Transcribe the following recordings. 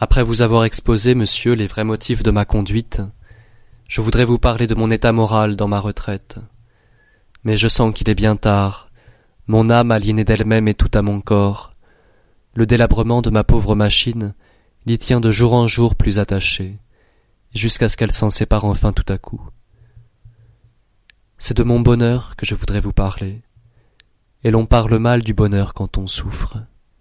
Après vous avoir exposé, monsieur, les vrais motifs de ma conduite, je voudrais vous parler de mon état moral dans ma retraite. Mais je sens qu'il est bien tard. Mon âme aliénée d'elle-même est toute à mon corps. Le délabrement de ma pauvre machine l'y tient de jour en jour plus attachée, jusqu'à ce qu'elle s'en sépare enfin tout à coup. C'est de mon bonheur que je voudrais vous parler, et l'on parle mal du bonheur quand on souffre.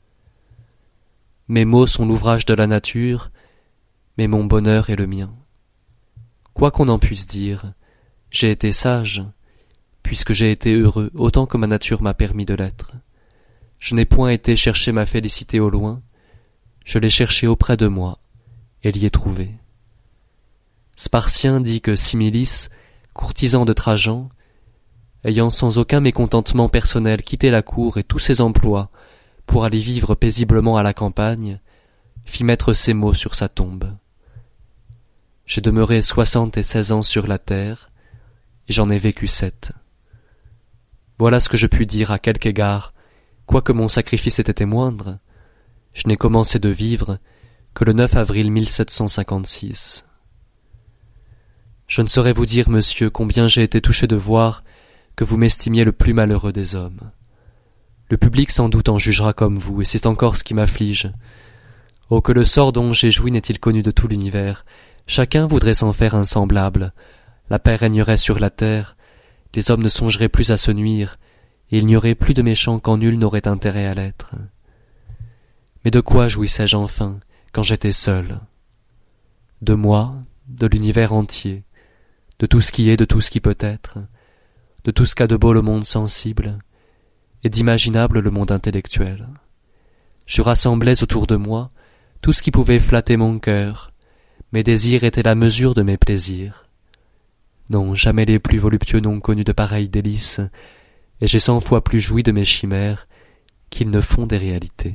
Mes mots sont l'ouvrage de la nature, mais mon bonheur est le mien. Quoi qu'on en puisse dire, j'ai été sage, puisque j'ai été heureux autant que ma nature m'a permis de l'être. Je n'ai point été chercher ma félicité au loin, je l'ai cherchée auprès de moi, et l'y ai trouvée. Spartien dit que Similis, courtisan de Trajan, ayant sans aucun mécontentement personnel quitté la cour et tous ses emplois pour aller vivre paisiblement à la campagne, fit mettre ces mots sur sa tombe. J'ai demeuré 76 ans sur la terre, et j'en ai vécu 7. Voilà ce que je puis dire à quelque égard, quoique mon sacrifice ait été moindre. Je n'ai commencé de vivre que le 9 avril 1756. Je ne saurais vous dire, monsieur, combien j'ai été touché de voir que vous m'estimiez le plus malheureux des hommes. Le public sans doute en jugera comme vous, et c'est encore ce qui m'afflige. Oh, que le sort dont j'ai joui n'est-il connu de tout l'univers. Chacun voudrait s'en faire un semblable. La paix régnerait sur la terre, les hommes ne songeraient plus à se nuire, et il n'y aurait plus de méchants quand nul n'aurait intérêt à l'être. Mais de quoi jouissais-je enfin, quand j'étais seul? De moi, de l'univers entier, de tout ce qui est, de tout ce qui peut être, de tout ce qu'a de beau le monde sensible, et d'imaginable le monde intellectuel. Je rassemblais autour de moi tout ce qui pouvait flatter mon cœur. Mes désirs étaient la mesure de mes plaisirs. Non, jamais les plus voluptueux n'ont connu de pareilles délices, et j'ai 100 fois plus joui de mes chimères qu'ils ne font des réalités.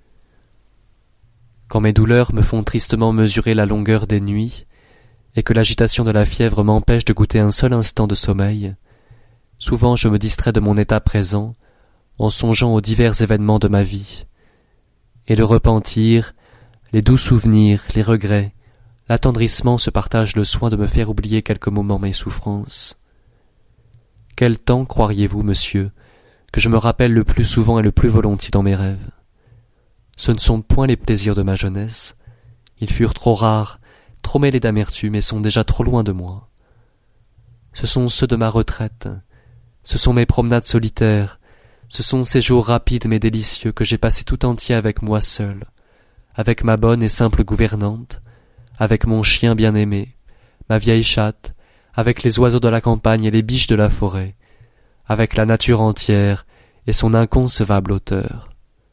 Quand mes douleurs me font tristement mesurer la longueur des nuits, et que l'agitation de la fièvre m'empêche de goûter un seul instant de sommeil, souvent je me distrais de mon état présent en songeant aux divers événements de ma vie, et le repentir, les doux souvenirs, les regrets, l'attendrissement se partagent le soin de me faire oublier quelques moments mes souffrances. Quel temps croiriez-vous, monsieur, que je me rappelle le plus souvent et le plus volontiers dans mes rêves? Ce ne sont point les plaisirs de ma jeunesse, ils furent trop rares, trop mêlés d'amertume et sont déjà trop loin de moi. Ce sont ceux de ma retraite, ce sont mes promenades solitaires, ce sont ces jours rapides mais délicieux que j'ai passés tout entiers avec moi seul, avec ma bonne et simple gouvernante, avec mon chien bien-aimé, ma vieille chatte, avec les oiseaux de la campagne et les biches de la forêt, avec la nature entière et son inconcevable hauteur.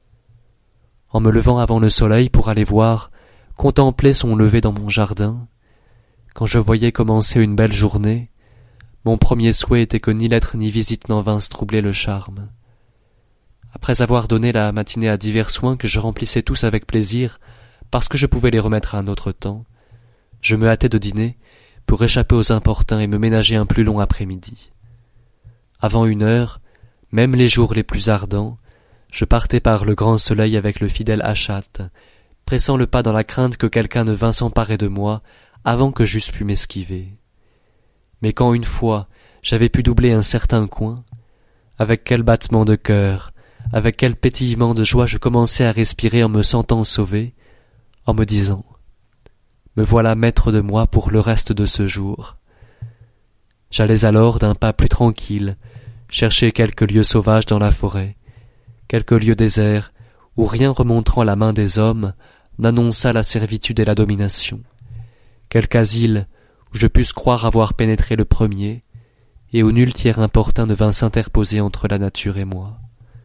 En me levant avant le soleil pour aller voir, contempler son lever dans mon jardin, quand je voyais commencer une belle journée, mon premier souhait était que ni lettre ni visite n'en vinssent troubler le charme. Après avoir donné la matinée à divers soins que je remplissais tous avec plaisir, parce que je pouvais les remettre à un autre temps, je me hâtais de dîner pour échapper aux importuns et me ménager un plus long après-midi. Avant 1 heure, même les jours les plus ardents, je partais par le grand soleil avec le fidèle Achat, pressant le pas dans la crainte que quelqu'un ne vînt s'emparer de moi avant que j'eusse pu m'esquiver. Mais quand une fois j'avais pu doubler un certain coin, avec quel battement de cœur, avec quel pétillement de joie je commençais à respirer en me sentant sauvé, en me disant « Me voilà maître de moi pour le reste de ce jour ». J'allais alors d'un pas plus tranquille chercher quelques lieux sauvages dans la forêt, quelques lieux déserts où rien remontrant la main des hommes n'annonça la servitude et la domination, quelque asile où je pusse croire avoir pénétré le premier et où nul tiers importun ne vint s'interposer entre la nature et moi.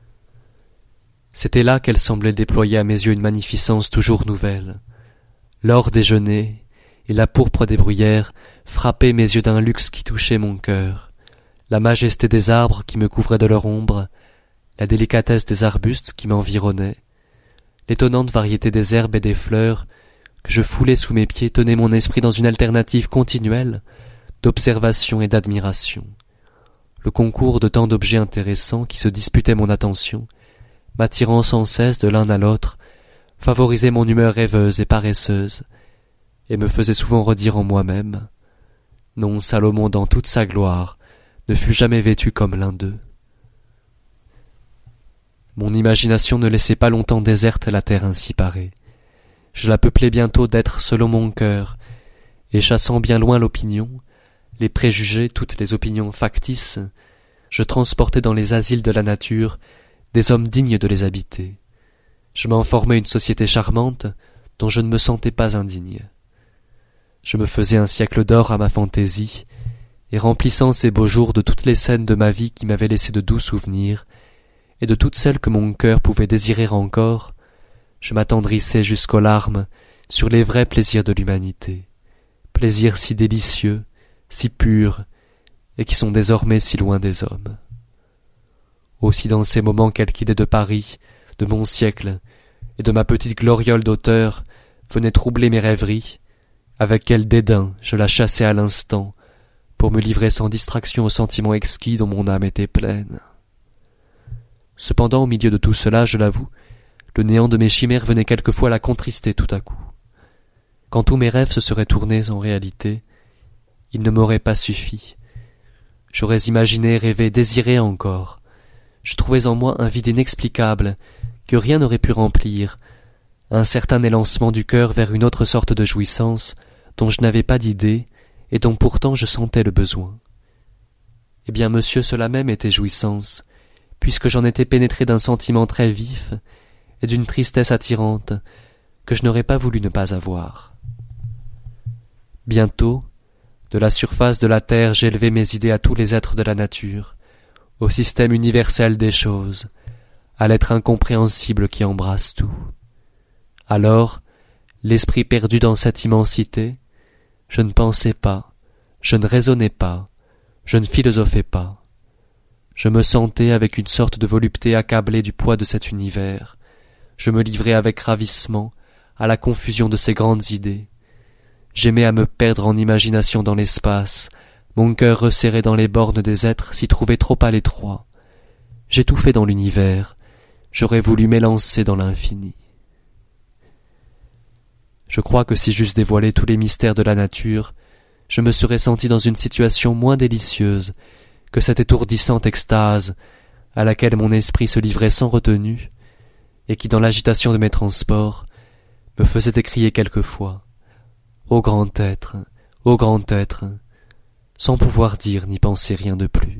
C'était là qu'elle semblait déployer à mes yeux une magnificence toujours nouvelle. L'or déjeuner et la pourpre des bruyères frappaient mes yeux d'un luxe qui touchait mon cœur. La majesté des arbres qui me couvraient de leur ombre, la délicatesse des arbustes qui m'environnaient, l'étonnante variété des herbes et des fleurs que je foulais sous mes pieds tenaient mon esprit dans une alternative continuelle d'observation et d'admiration. Le concours de tant d'objets intéressants qui se disputaient mon attention, m'attirant sans cesse de l'un à l'autre, favorisait mon humeur rêveuse et paresseuse, et me faisait souvent redire en moi-même « Non, Salomon dans toute sa gloire ne fut jamais vêtu comme l'un d'eux. » Mon imagination ne laissait pas longtemps déserte la terre ainsi parée. Je la peuplais bientôt d'êtres selon mon cœur, et chassant bien loin l'opinion, les préjugés, toutes les opinions factices, je transportais dans les asiles de la nature des hommes dignes de les habiter. Je m'en formais une société charmante dont je ne me sentais pas indigne. Je me faisais un siècle d'or à ma fantaisie, et remplissant ces beaux jours de toutes les scènes de ma vie qui m'avaient laissé de doux souvenirs, et de toutes celles que mon cœur pouvait désirer encore, je m'attendrissais jusqu'aux larmes sur les vrais plaisirs de l'humanité, plaisirs si délicieux, si purs, et qui sont désormais si loin des hommes. Aussi dans ces moments quelque idée de Paris, de mon siècle, et de ma petite gloriole d'auteur venait troubler mes rêveries, avec quel dédain je la chassais à l'instant, pour me livrer sans distraction aux sentiments exquis dont mon âme était pleine. Cependant, au milieu de tout cela, je l'avoue, le néant de mes chimères venait quelquefois la contrister tout à coup. Quand tous mes rêves se seraient tournés en réalité, ils ne m'auraient pas suffi. J'aurais imaginé, rêvé, désiré encore. Je trouvais en moi un vide inexplicable que rien n'aurait pu remplir, un certain élancement du cœur vers une autre sorte de jouissance dont je n'avais pas d'idée et dont pourtant je sentais le besoin. Eh bien, monsieur, cela même était jouissance, puisque j'en étais pénétré d'un sentiment très vif et d'une tristesse attirante que je n'aurais pas voulu ne pas avoir. Bientôt, de la surface de la terre, j'élevai mes idées à tous les êtres de la nature, au système universel des choses, à l'être incompréhensible qui embrasse tout. Alors, l'esprit perdu dans cette immensité, je ne pensais pas, je ne raisonnais pas, je ne philosophais pas. Je me sentais avec une sorte de volupté accablé du poids de cet univers. Je me livrais avec ravissement à la confusion de ces grandes idées. J'aimais à me perdre en imagination dans l'espace, mon cœur resserré dans les bornes des êtres s'y trouvait trop à l'étroit. J'étouffais dans l'univers, j'aurais voulu m'élancer dans l'infini. Je crois que si j'eusse dévoilé tous les mystères de la nature, je me serais senti dans une situation moins délicieuse que cette étourdissante extase à laquelle mon esprit se livrait sans retenue, et qui, dans l'agitation de mes transports, me faisait écrier quelquefois « Ô grand être, ô grand être !» sans pouvoir dire ni penser rien de plus.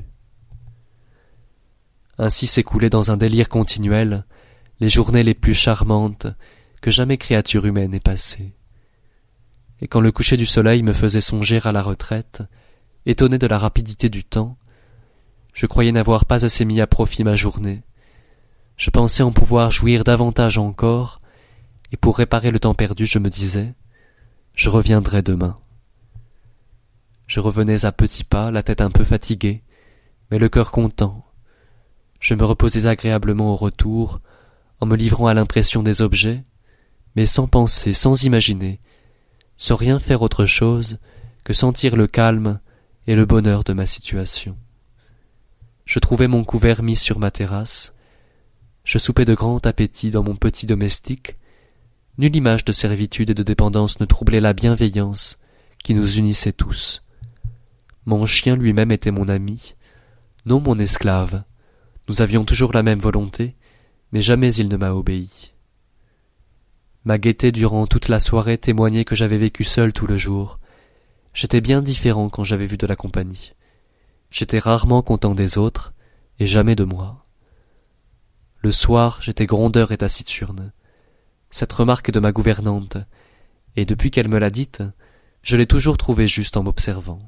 Ainsi s'écoulaient dans un délire continuel les journées les plus charmantes que jamais créature humaine ait passées. Et quand le coucher du soleil me faisait songer à la retraite, étonné de la rapidité du temps, je croyais n'avoir pas assez mis à profit ma journée. Je pensais en pouvoir jouir davantage encore, et pour réparer le temps perdu, je me disais « Je reviendrai demain ». Je revenais à petits pas, la tête un peu fatiguée, mais le cœur content. Je me reposais agréablement au retour, en me livrant à l'impression des objets, mais sans penser, sans imaginer, sans rien faire autre chose que sentir le calme et le bonheur de ma situation. Je trouvais mon couvert mis sur ma terrasse, je soupais de grand appétit dans mon petit domestique, nulle image de servitude et de dépendance ne troublait la bienveillance qui nous unissait tous. Mon chien lui-même était mon ami, non mon esclave. Nous avions toujours la même volonté, mais jamais il ne m'a obéi. Ma gaieté durant toute la soirée témoignait que j'avais vécu seul tout le jour. J'étais bien différent quand j'avais vu de la compagnie. J'étais rarement content des autres, et jamais de moi. Le soir, j'étais grondeur et taciturne. Cette remarque est de ma gouvernante, et depuis qu'elle me l'a dite, je l'ai toujours trouvée juste en m'observant.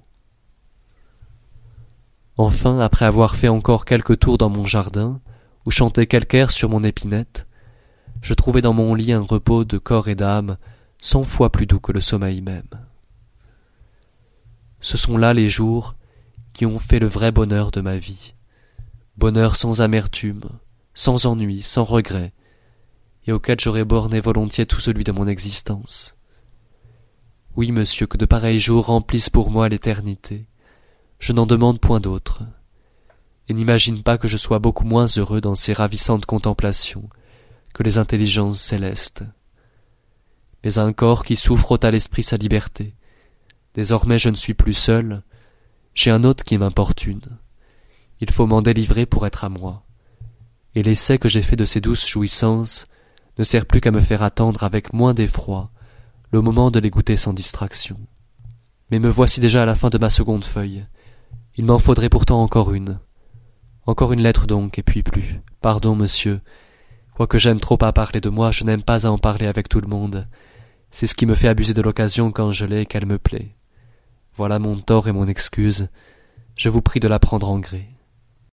Enfin, après avoir fait encore quelques tours dans mon jardin, ou chanté quelque air sur mon épinette, je trouvais dans mon lit un repos de corps et d'âme 100 fois plus doux que le sommeil même. Ce sont là les jours qui ont fait le vrai bonheur de ma vie, bonheur sans amertume, sans ennui, sans regret, et auquel j'aurais borné volontiers tout celui de mon existence. Oui, monsieur, que de pareils jours remplissent pour moi l'éternité. Je n'en demande point d'autre, et n'imagine pas que je sois beaucoup moins heureux dans ces ravissantes contemplations que les intelligences célestes. mais un corps qui souffre ôte à l'esprit sa liberté. Désormais je ne suis plus seul, j'ai un hôte qui m'importune. Il faut m'en délivrer pour être à moi. Et l'essai que j'ai fait de ces douces jouissances ne sert plus qu'à me faire attendre avec moins d'effroi le moment de les goûter sans distraction. Mais me voici déjà à la fin de ma seconde feuille. Il m'en faudrait pourtant encore une. Encore une lettre donc, et puis plus. Pardon, monsieur. Quoique j'aime trop à parler de moi, je n'aime pas à en parler avec tout le monde. C'est ce qui me fait abuser de l'occasion quand je l'ai et qu'elle me plaît. Voilà mon tort et mon excuse. Je vous prie de la prendre en gré.